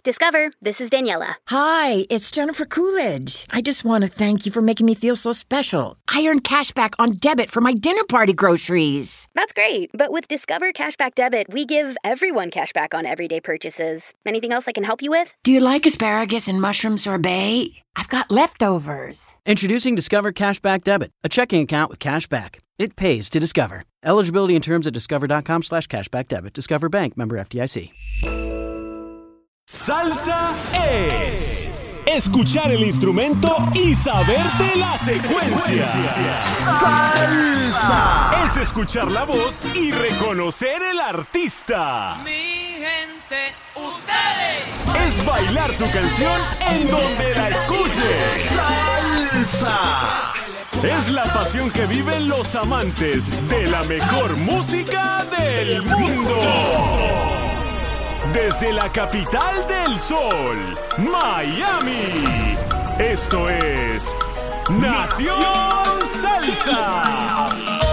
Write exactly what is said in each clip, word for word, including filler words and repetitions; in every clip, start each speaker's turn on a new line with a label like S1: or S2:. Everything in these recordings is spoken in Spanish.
S1: Discover, this is Daniela.
S2: Hi, it's Jennifer Coolidge. I just want to thank you for making me feel so special. I earned cash back on debit for my dinner party groceries.
S1: That's great, but with Discover Cashback Debit, we give everyone cash back on everyday purchases. Anything else I can help you with?
S2: Do you like asparagus and mushroom sorbet? I've got leftovers.
S3: Introducing Discover Cashback Debit, a checking account with cash back. It pays to Discover. Eligibility and terms at discover.com slash cashback debit. Discover Bank, member F D I C.
S4: Salsa es escuchar el instrumento y saberte la secuencia. Salsa es escuchar la voz y reconocer el artista.
S5: Mi gente, ustedes.
S4: Es bailar tu canción en donde la escuches. Salsa es la pasión que viven los amantes de la mejor música del mundo. Desde la capital del sol, Miami. Esto es Nación Salsa.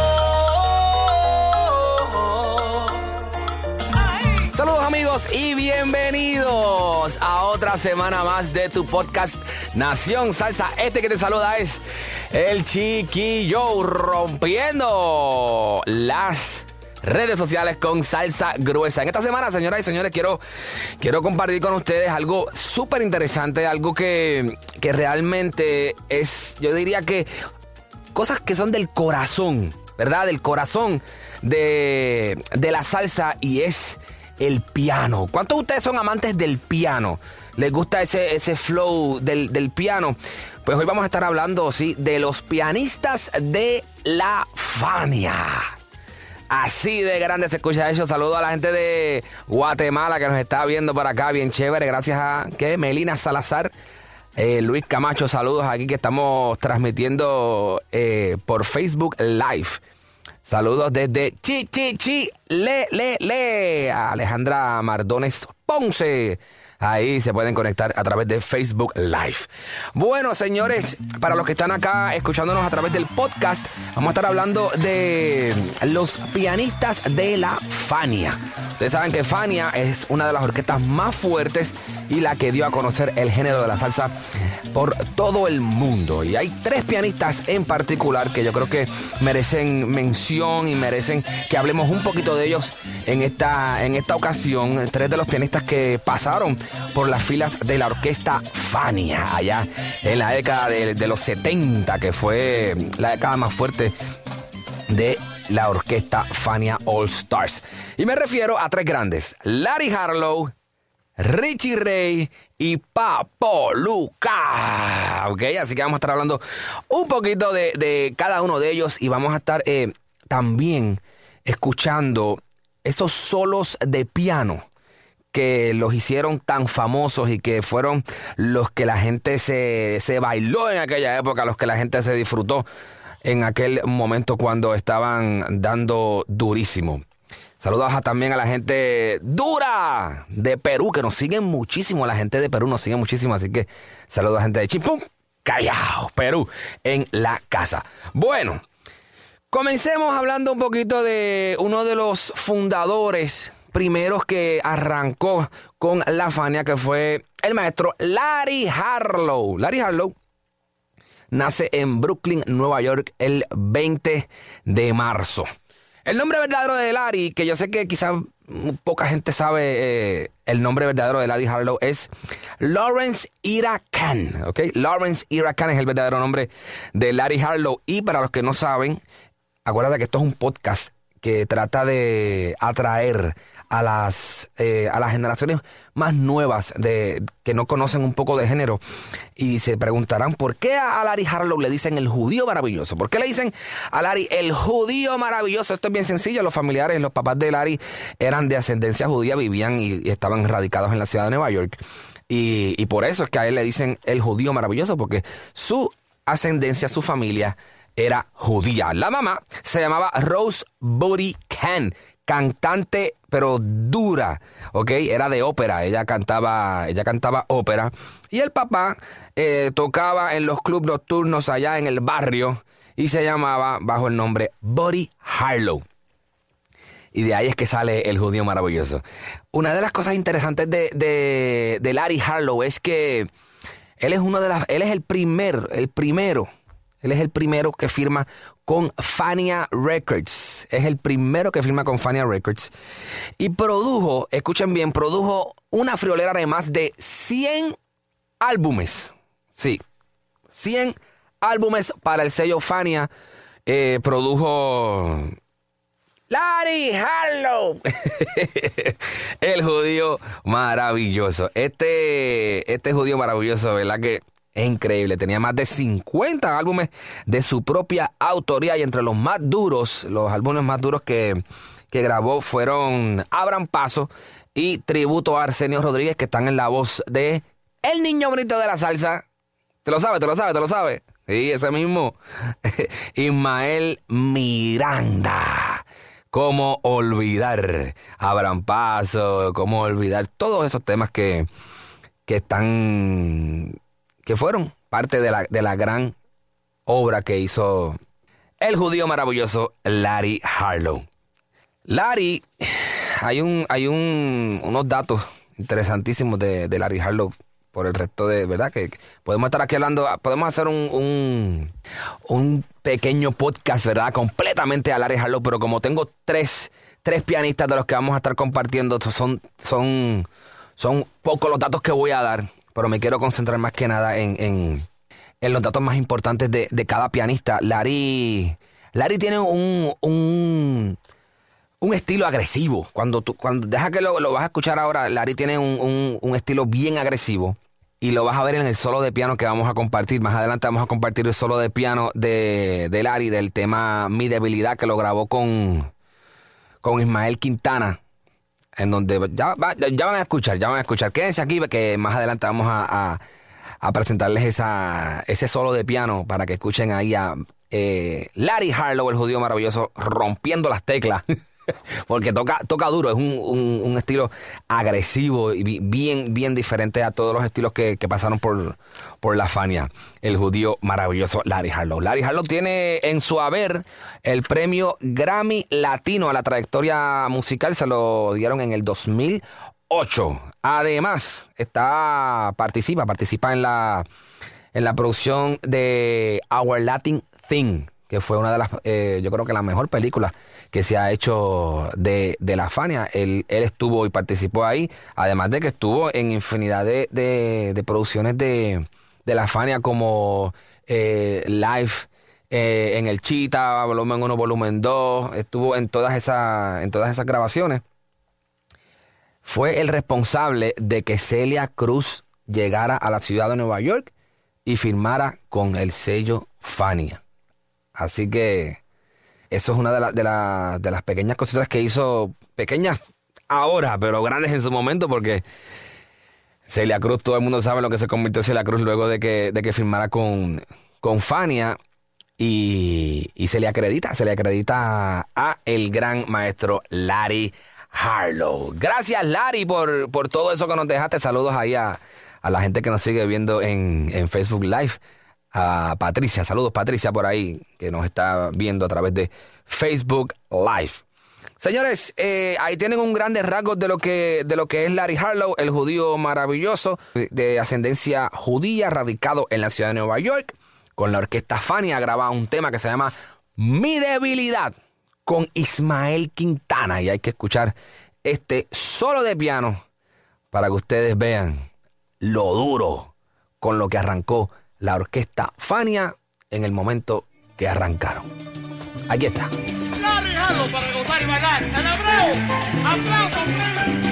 S6: Saludos amigos y bienvenidos a otra semana más de tu podcast Nación Salsa. Este que te saluda es el Chiquillo, rompiendo las redes sociales con salsa gruesa. En esta semana, señoras y señores, quiero, quiero compartir con ustedes algo súper interesante, algo que, que realmente es, yo diría que cosas que son del corazón, ¿verdad? Del corazón de, de la salsa, y es el piano. ¿Cuántos de ustedes son amantes del piano? ¿Les gusta ese, ese flow del, del piano? Pues hoy vamos a estar hablando, sí, de los pianistas de la Fania. Así de grande se escucha eso. Saludo a la gente de Guatemala que nos está viendo por acá, bien chévere. Gracias a ¿qué? Melina Salazar, eh, Luis Camacho, saludos aquí que estamos transmitiendo eh, por Facebook Live. Saludos desde Chi, Chi, Chi, Le, Le, Le, a Alejandra Mardones Ponce. Ahí se pueden conectar a través de Facebook Live. Bueno, señores, para los que están acá escuchándonos a través del podcast, vamos a estar hablando de los pianistas de la Fania. Ustedes saben que Fania es una de las orquestas más fuertes y la que dio a conocer el género de la salsa por todo el mundo. Y hay tres pianistas en particular que yo creo que merecen mención y merecen que hablemos un poquito de ellos en esta, en esta ocasión. Tres de los pianistas que pasaron por las filas de la orquesta Fania allá en la década de, de los setenta, que fue la década más fuerte de la orquesta Fania All Stars. Y me refiero a tres grandes: Larry Harlow, Richie Ray y Papo Luca. Ok, así que vamos a estar hablando un poquito de, de cada uno de ellos, y vamos a estar eh, también escuchando esos solos de piano que los hicieron tan famosos y que fueron los que la gente se, se bailó en aquella época, los que la gente se disfrutó en aquel momento cuando estaban dando durísimo. Saludos a, también a la gente dura de Perú, que nos siguen muchísimo. La gente de Perú nos sigue muchísimo, así que saludos a la gente de Chimpún, Callao, Perú, en la casa. Bueno, comencemos hablando un poquito de uno de los fundadores primeros que arrancó con la Fania, que fue el maestro Larry Harlow. Larry Harlow nace en Brooklyn, Nueva York, el veinte de marzo. El nombre verdadero de Larry, que yo sé que quizás poca gente sabe eh, el nombre verdadero de Larry Harlow, es Lawrence Ira Khan. ¿Okay? Lawrence Ira Khan es el verdadero nombre de Larry Harlow. Y para los que no saben, acuérdate que esto es un podcast que trata de atraer a las, eh, a las generaciones más nuevas de, que no conocen un poco de género, y se preguntarán por qué a Larry Harlow le dicen el judío maravilloso. ¿Por qué le dicen a Larry el judío maravilloso? Esto es bien sencillo. Los familiares, los papás de Larry eran de ascendencia judía, vivían y, y estaban radicados en la ciudad de Nueva York, y, y por eso es que a él le dicen el judío maravilloso, porque su ascendencia, su familia era judía. La mamá se llamaba Rose Buddy Khan, cantante pero dura, ¿ok? Era de ópera, ella cantaba, ella cantaba ópera. Y el papá eh, tocaba en los clubes nocturnos allá en el barrio y se llamaba bajo el nombre Buddy Harlow. Y de ahí es que sale el judío maravilloso. Una de las cosas interesantes de, de, de Larry Harlow es que él es uno de las, él es el primer, el primero, él es el primero que firma con Fania Records. Es el primero que firma con Fania Records. Y produjo, escuchen bien, produjo una friolera de más de cien álbumes. Sí, cien álbumes para el sello Fania. Eh, produjo Larry Harlow. El judío maravilloso. Este, este judío maravilloso, ¿verdad? Que es increíble. Tenía más de cincuenta álbumes de su propia autoría. Y entre los más duros, los álbumes más duros que, que grabó fueron Abran Paso y Tributo a Arsenio Rodríguez, que están en la voz de El Niño Bonito de la Salsa. ¿Te lo sabes? ¿Te lo sabes? ¿Te lo sabes? Sí, ese mismo. Ismael Miranda. ¿Cómo olvidar Abran Paso? ¿Cómo olvidar todos esos temas que, que están, que fueron parte de la, de la gran obra que hizo el judío maravilloso Larry Harlow? Larry, hay un, hay un, unos datos interesantísimos de, de Larry Harlow por el resto de, ¿verdad? Que podemos estar aquí hablando, podemos hacer un, un, un pequeño podcast, ¿verdad? Completamente a Larry Harlow, pero como tengo tres, tres pianistas de los que vamos a estar compartiendo, son, son, son pocos los datos que voy a dar, pero me quiero concentrar más que nada en, en, en los datos más importantes de, de cada pianista. Larry, Larry tiene un, un, un estilo agresivo. Cuando tú, cuando deja que lo, lo vas a escuchar ahora, Larry tiene un, un, un estilo bien agresivo. Y lo vas a ver en el solo de piano que vamos a compartir. Más adelante vamos a compartir el solo de piano de, de Larry, del tema Mi Debilidad, que lo grabó con, con Ismael Quintana. En donde ya, ya van a escuchar, ya van a escuchar. Quédense aquí que más adelante vamos a, a, a presentarles esa, ese solo de piano para que escuchen ahí a eh, Larry Harlow, el judío maravilloso, rompiendo las teclas. Porque toca, toca duro, es un, un, un estilo agresivo y bien, bien diferente a todos los estilos que, que pasaron por, por la Fania. El judío maravilloso Larry Harlow. Larry Harlow tiene en su haber el premio Grammy Latino a la trayectoria musical. Se lo dieron en el dos mil ocho. Además, está, participa, participa en la, en la producción de Our Latin Thing, que fue una de las, eh, yo creo que la mejor película que se ha hecho de, de la Fania. Él, él estuvo y participó ahí, además de que estuvo en infinidad de, de, de producciones de, de la Fania como eh, Live eh, en el Cheetah, Volumen uno, Volumen dos, estuvo en todas esas, en todas esas grabaciones. Fue el responsable de que Celia Cruz llegara a la ciudad de Nueva York y firmara con el sello Fania. Así que eso es una de, la, de, la, de las pequeñas cositas que hizo, pequeñas ahora, pero grandes en su momento, porque Celia Cruz, todo el mundo sabe lo que se convirtió Celia Cruz luego de que, de que firmara con, con Fania, y, y se le acredita, se le acredita a el gran maestro Larry Harlow. Gracias, Larry, por, por todo eso que nos dejaste. Saludos ahí a, a la gente que nos sigue viendo en, en Facebook Live. A Patricia, saludos Patricia por ahí, que nos está viendo a través de Facebook Live. Señores, eh, ahí tienen un grande rasgo de lo que de lo que es Larry Harlow, el judío maravilloso de ascendencia judía, radicado en la ciudad de Nueva York. Con la orquesta Fania graba un tema que se llama Mi Debilidad con Ismael Quintana, y hay que escuchar este solo de piano para que ustedes vean lo duro con lo que arrancó la orquesta Fania en el momento que arrancaron. Aquí está.
S7: Larry Harlow para gozar y bailar. ¡El hebreo! ¡Aplausos, please!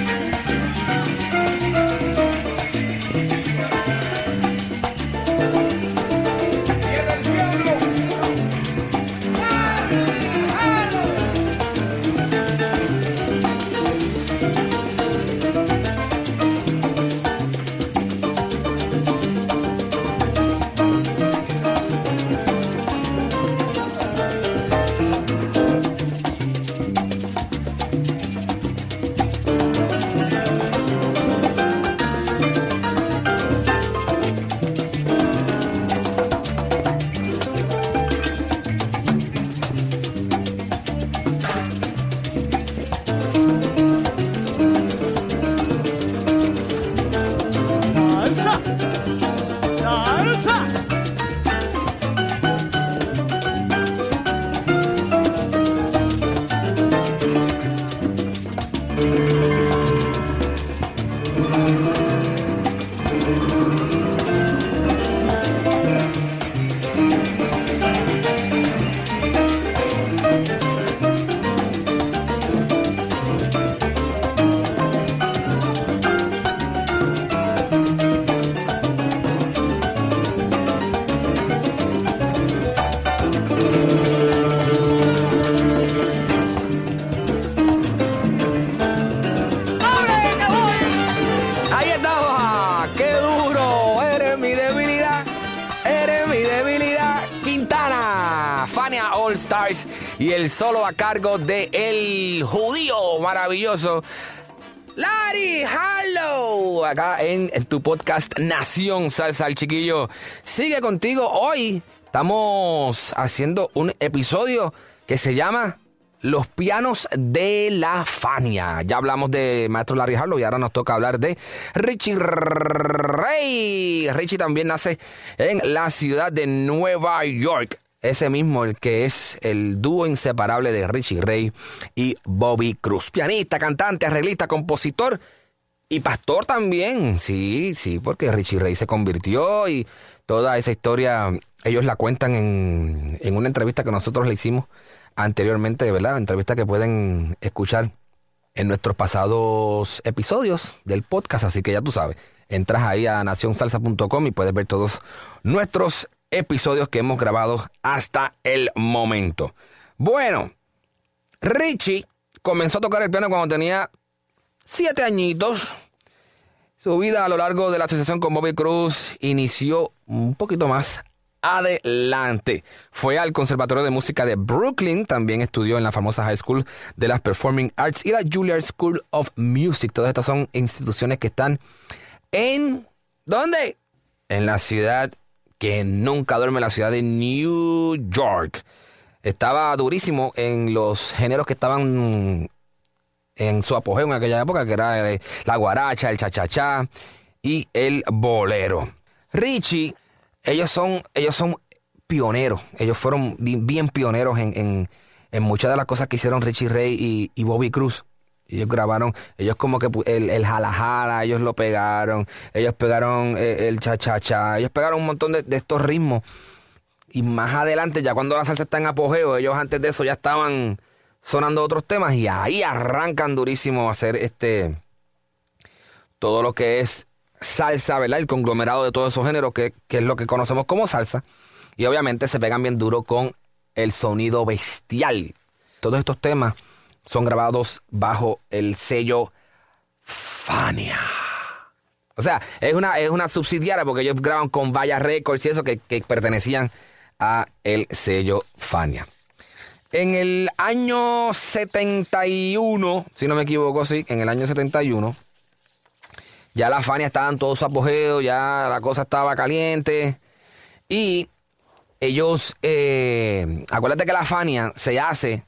S6: Fania All Stars y el solo a cargo de el judío maravilloso Larry Harlow, acá en, en tu podcast Nación Salsa. El chiquillo sigue contigo. Hoy estamos haciendo un episodio que se llama Los pianos de la Fania. Ya hablamos de maestro Larry Harlow y ahora nos toca hablar de Richie Ray. Richie también nace en la ciudad de Nueva York. Ese mismo, el que es el dúo inseparable de Richie Ray y Bobby Cruz. Pianista, cantante, arreglista, compositor y pastor también. Sí, sí, porque Richie Ray se convirtió y toda esa historia ellos la cuentan en, en una entrevista que nosotros le hicimos anteriormente, ¿verdad? Entrevista que pueden escuchar en nuestros pasados episodios del podcast. Así que ya tú sabes, entras ahí a nación salsa punto com y puedes ver todos nuestros episodios que hemos grabado hasta el momento. Bueno, Richie comenzó a tocar el piano cuando tenía siete añitos. Su vida a lo largo de la asociación con Bobby Cruz inició un poquito más adelante. Fue al Conservatorio de Música de Brooklyn. También estudió en la famosa High School de las Performing Arts y la Juilliard School of Music. Todas estas son instituciones que están en... ¿Dónde? En la ciudad que nunca duerme, la ciudad de New York. Estaba durísimo en los géneros que estaban en su apogeo en aquella época, que era la guaracha, el cha-cha-cha y el bolero. Richie, ellos son, ellos son pioneros. Ellos fueron bien pioneros en, en, en muchas de las cosas que hicieron Richie Ray y, y Bobby Cruz. Ellos grabaron, ellos como que el, el jala jala, ellos lo pegaron, ellos pegaron el, el cha cha cha, ellos pegaron un montón de, de estos ritmos. Y más adelante, ya cuando la salsa está en apogeo, ellos antes de eso ya estaban sonando otros temas y ahí arrancan durísimo a hacer este todo lo que es salsa, ¿verdad? El conglomerado de todos esos géneros que, que es lo que conocemos como salsa. Y obviamente se pegan bien duro con el sonido bestial. Todos estos temas son grabados bajo el sello Fania. O sea, es una, es una subsidiaria porque ellos graban con Vaya Records y eso que, que pertenecían a el sello Fania. En el año setenta y uno, si no me equivoco, sí, en el año setenta y uno, ya la Fania estaba en todo su apogeo, ya la cosa estaba caliente y ellos, eh, acuérdate que la Fania se hace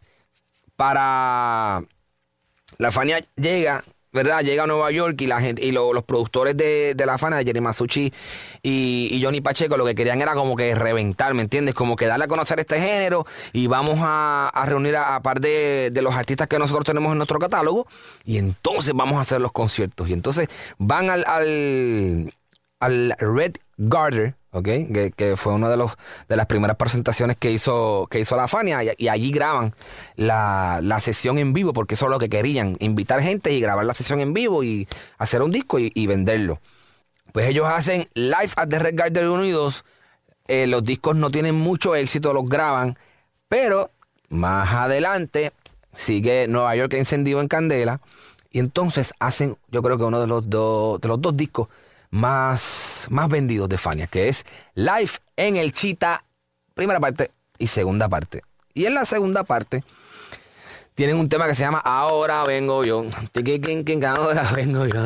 S6: para... La Fania llega, ¿verdad? Llega a Nueva York y la gente y lo, los productores de, de la Fania, Jerry Masucci y, y Johnny Pacheco, lo que querían era como que reventar, ¿me entiendes? Como que darle a conocer este género y vamos a, a reunir a, a par de, de los artistas que nosotros tenemos en nuestro catálogo y entonces vamos a hacer los conciertos. Y entonces van al, al, al Red Garter, ¿okay? Que, que fue una de los de las primeras presentaciones que hizo que hizo la Fania y, y allí graban la, la sesión en vivo porque eso es lo que querían, invitar gente y grabar la sesión en vivo y hacer un disco y, y venderlo. Pues ellos hacen Live at the Red Garden uno y dos. Eh, los discos no tienen mucho éxito, los graban, pero más adelante sigue Nueva York encendido en candela y entonces hacen, yo creo que uno de los dos de los dos discos Más, más vendidos de Fania, que es Live en el Chita, primera parte y segunda parte. Y en la segunda parte tienen un tema que se llama Ahora Vengo Yo. Ahora Vengo Yo.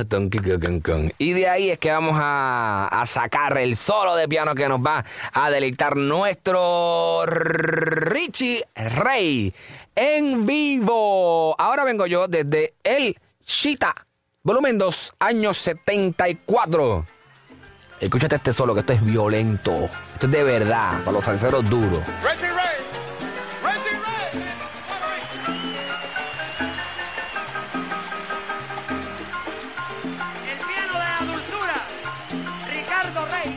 S6: Y de ahí es que vamos a, a sacar el solo de piano que nos va a deleitar nuestro Richie Ray en vivo. Ahora Vengo Yo desde el Chita. Volumen dos, año setenta y cuatro. Escúchate este solo, que esto es violento. Esto es de verdad, para los salseros duros.
S7: Richie Ray. Richie Ray.
S5: El piano de la dulzura, Ricardo Rey.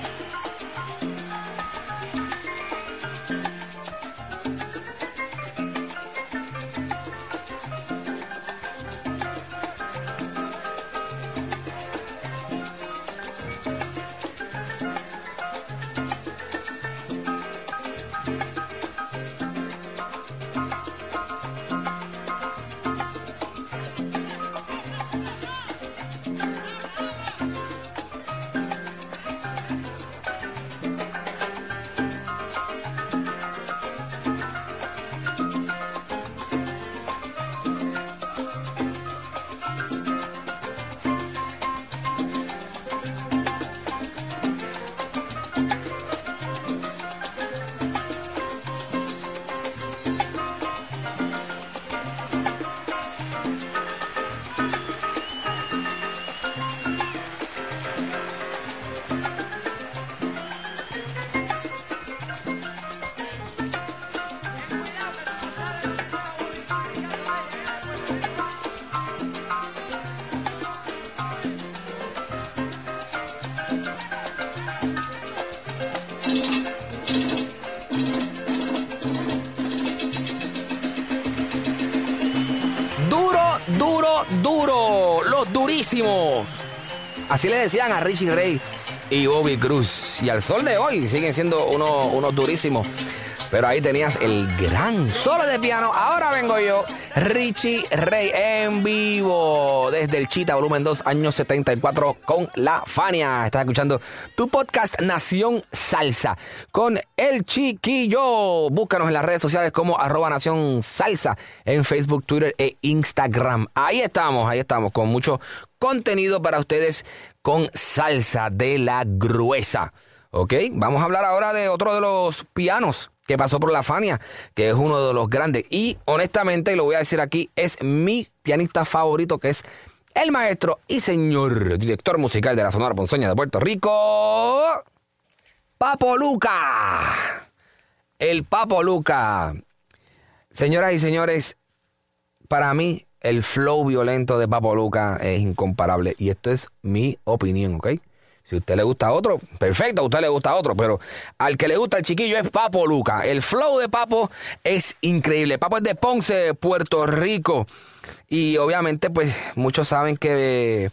S6: durísimos. Así le decían a Richie Ray y Bobby Cruz. Y al sol de hoy siguen siendo unos, unos durísimos. Pero ahí tenías el gran solo de piano. Ahora vengo yo, Richie Ray en vivo desde el Chita Volumen dos, año setenta y cuatro con La Fania. Estás escuchando tu podcast Nación Salsa con el Chiquillo. Búscanos en las redes sociales como arroba Nación Salsa en Facebook, Twitter e Instagram. Ahí estamos, ahí estamos con mucho contenido para ustedes con salsa de la gruesa. Ok, vamos a hablar ahora de otro de los pianos que pasó por La Fania, que es uno de los grandes. Y honestamente, y lo voy a decir aquí, es mi pianista favorito, que es el maestro y señor director musical de la Sonora Ponceña de Puerto Rico, Papo Luca. El Papo Luca. Señoras y señores, para mí el flow violento de Papo Luca es incomparable. Y esto es mi opinión, ¿ok? Si a usted le gusta otro, perfecto, a usted le gusta otro, pero al que le gusta el Chiquillo es Papo Luca. El flow de Papo es increíble. Papo es de Ponce, Puerto Rico. Y obviamente, pues, muchos saben que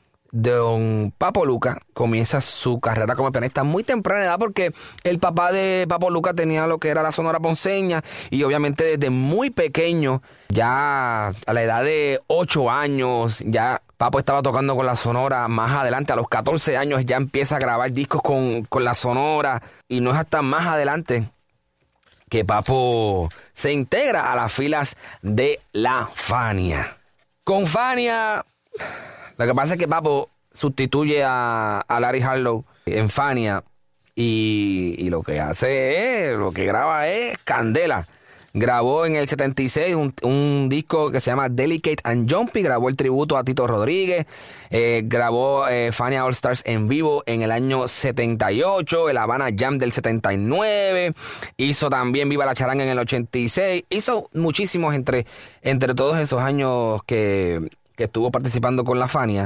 S6: don Papo Luca comienza su carrera como pianista a muy temprana edad, porque el papá de Papo Luca tenía lo que era la Sonora Ponceña, y obviamente desde muy pequeño, ya a la edad de ocho años, ya Papo estaba tocando con la Sonora. Más adelante, a los catorce años, ya empieza a grabar discos con, con la Sonora. Y no es hasta más adelante que Papo se integra a las filas de La Fania. Con Fania, lo que pasa es que Papo sustituye a, a Larry Harlow en Fania. Y, y lo que hace es, lo que graba es candela. Grabó en el setenta y seis un, un disco que se llama Delicate and Jumpy. Grabó el tributo a Tito Rodríguez. Eh, grabó eh, Fania All Stars en vivo en el año setenta y ocho. El Habana Jam del setenta y nueve. Hizo también Viva la Charanga en el ochenta y seis. Hizo muchísimos entre, entre todos esos años que, que estuvo participando con la Fania.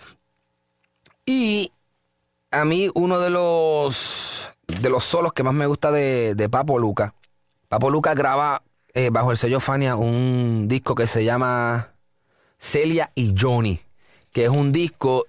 S6: Y a mí uno de los, de los solos que más me gusta de, de Papo Luca. Papo Luca graba eh, bajo el sello Fania un disco que se llama Celia y Johnny, que es un disco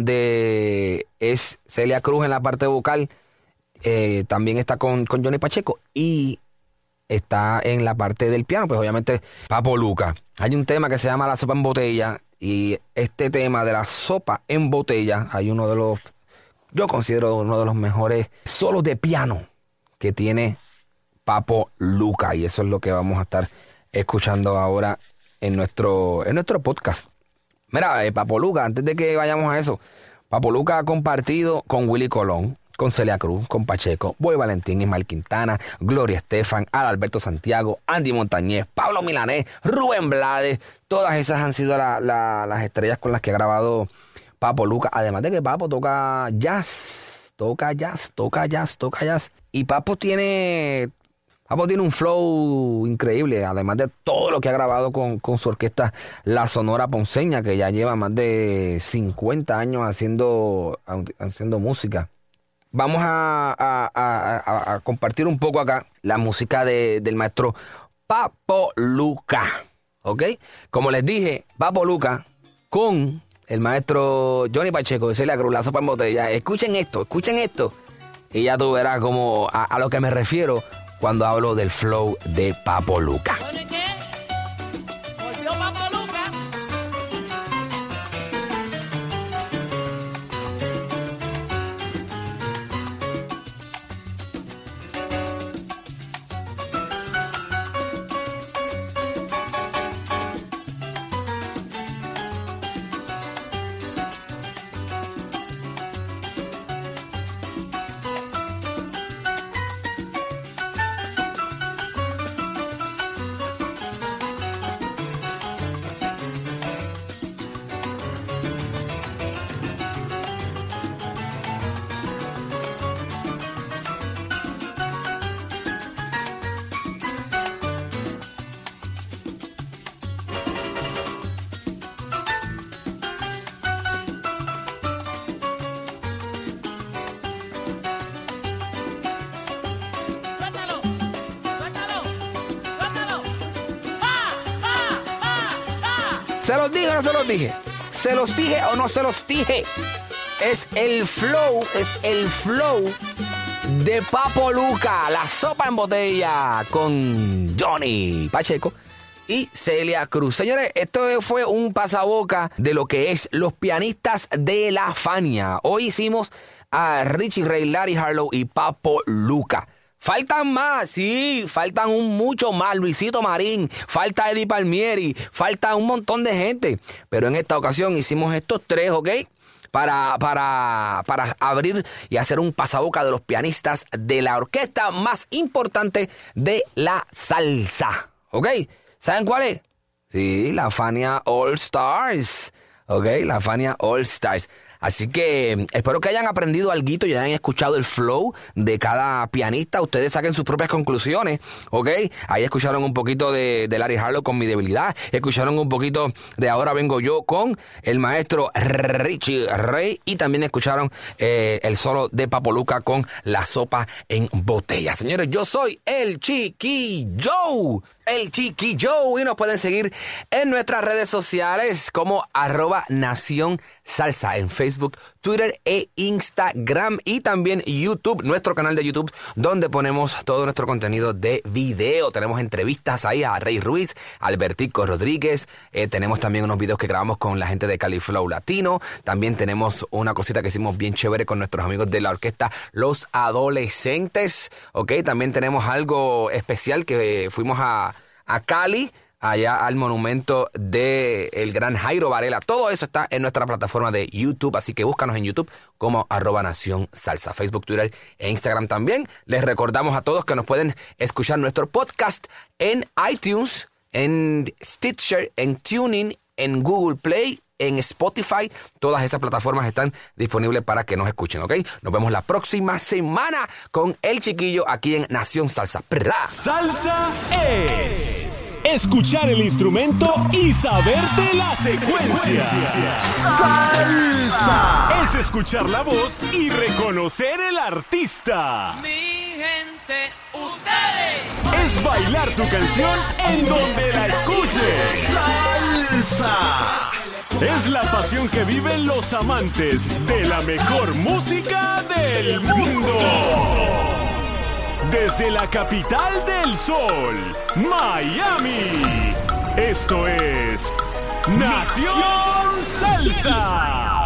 S6: donde es Celia Cruz en la parte vocal, eh, también está con, con Johnny Pacheco, y está en la parte del piano, pues obviamente Papo Luca. Hay un tema que se llama La Sopa en Botella, y este tema de la sopa en botella, hay uno de los, yo considero uno de los mejores solos de piano que tiene Papo Luca, y eso es lo que vamos a estar escuchando ahora en nuestro, en nuestro podcast. Mira, eh, Papo Luca, antes de que vayamos a eso, Papo Luca ha compartido con Willy Colón, con Celia Cruz, con Pacheco, Boy Valentín, Ismael Quintana, Gloria Estefan, Adalberto Santiago, Andy Montañez, Pablo Milanés, Rubén Blades. Todas esas han sido la, la, las estrellas con las que ha grabado Papo Luca. Además de que Papo toca jazz, toca jazz, toca jazz, toca jazz. Y Papo tiene... Papo tiene un flow increíble, además de todo lo que ha grabado con, con su orquesta La Sonora Ponceña, que ya lleva más de cincuenta años haciendo, haciendo música. Vamos a, a, a, a compartir un poco acá la música de, del maestro Papo Luca, ¿ok? Como les dije, Papo Luca con el maestro Johnny Pacheco de Celia Cruz, La Sopa en Botella. Escuchen esto, escuchen esto, y ya tú verás como a, a lo que me refiero cuando hablo del flow de Papo Luca.
S5: ¿Oye qué? Volvió Papo Luca.
S6: ¿Se los dije o no se los dije? ¿Se los dije o no se los dije? Es el flow, es el flow de Papo Luca, la sopa en botella con Johnny Pacheco y Celia Cruz. Señores, esto fue un pasaboca de lo que es los pianistas de la Fania. Hoy hicimos a Richie Ray, Larry Harlow y Papo Luca. Faltan más, sí, faltan un mucho más. Luisito Marín, falta Eddie Palmieri, falta un montón de gente. Pero en esta ocasión hicimos estos tres, ¿ok? Para, para, para abrir y hacer un pasaboca de los pianistas de la orquesta más importante de la salsa. ¿Ok? ¿Saben cuál es? Sí, la Fania All Stars. ¿Ok? La Fania All Stars. Así que espero que hayan aprendido alguito y hayan escuchado el flow de cada pianista. Ustedes saquen sus propias conclusiones, ¿ok? Ahí escucharon un poquito de, de Larry Harlow con Mi Debilidad. Escucharon un poquito de Ahora Vengo Yo con el maestro Richie Ray. Y también escucharon eh, el solo de Papo Luca con La Sopa en Botella. Señores, yo soy el Chiqui Joe. El Chiqui Joe. Y nos pueden seguir en nuestras redes sociales como arroba Nación Salsa en Facebook, Facebook, Twitter e Instagram y también YouTube, nuestro canal de YouTube, donde ponemos todo nuestro contenido de video. Tenemos entrevistas ahí a Rey Ruiz, a Albertico Rodríguez, eh, tenemos también unos videos que grabamos con la gente de Cali Flow Latino, también tenemos una cosita que hicimos bien chévere con nuestros amigos de la orquesta Los Adolescentes, ok, también tenemos algo especial que fuimos a, a Cali, allá al monumento del el gran Jairo Varela. Todo eso está en nuestra plataforma de YouTube, así que búscanos en YouTube como arroba Nación Salsa, Facebook, Twitter e Instagram también. Les recordamos a todos que nos pueden escuchar nuestro podcast en iTunes, en Stitcher, en TuneIn, en Google Play, en Spotify. Todas esas plataformas están disponibles para que nos escuchen, ¿ok? Nos vemos la próxima semana con El Chiquillo aquí en Nación Salsa. ¡Pra!
S4: Salsa es escuchar el instrumento y saberte la secuencia. Salsa es escuchar la voz y reconocer el artista.
S5: Mi gente, ustedes.
S4: Es bailar tu canción en donde la escuches.
S7: Salsa.
S4: Es la pasión que viven los amantes de la mejor música del mundo. Desde la capital del sol, Miami. Esto es Nación Salsa.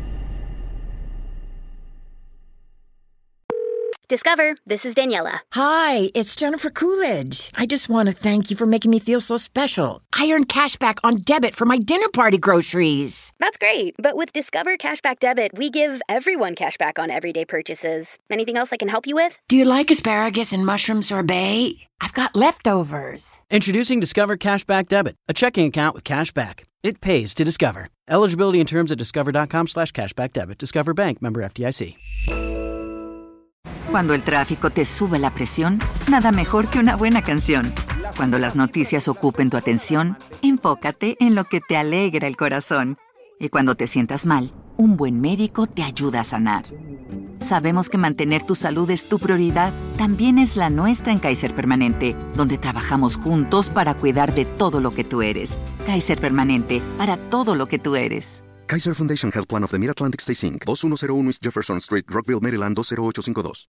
S1: Discover, this is Daniela.
S2: Hi, it's Jennifer Coolidge. I just want to thank you for making me feel so special. I earned cash back on debit for my dinner party groceries.
S1: That's great, but with Discover Cashback Debit, we give everyone cash back on everyday purchases. Anything else I can help you with?
S2: Do you like asparagus and mushroom sorbet? I've got leftovers.
S3: Introducing Discover Cashback Debit, a checking account with cash back. It pays to Discover. Eligibility and terms at discover.com slash cashback debit. Discover Bank, member F D I C.
S8: Cuando el tráfico te sube la presión, nada mejor que una buena canción. Cuando las noticias ocupen tu atención, enfócate en lo que te alegra el corazón. Y cuando te sientas mal, un buen médico te ayuda a sanar. Sabemos que mantener tu salud es tu prioridad, también es la nuestra en Kaiser Permanente, donde trabajamos juntos para cuidar de todo lo que tú eres. Kaiser Permanente, para todo lo que tú eres.
S9: Kaiser Foundation Health Plan of the Mid-Atlantic Stay Incorporated, dos uno cero uno East Jefferson Street, Rockville, Maryland dos cero ocho cinco dos.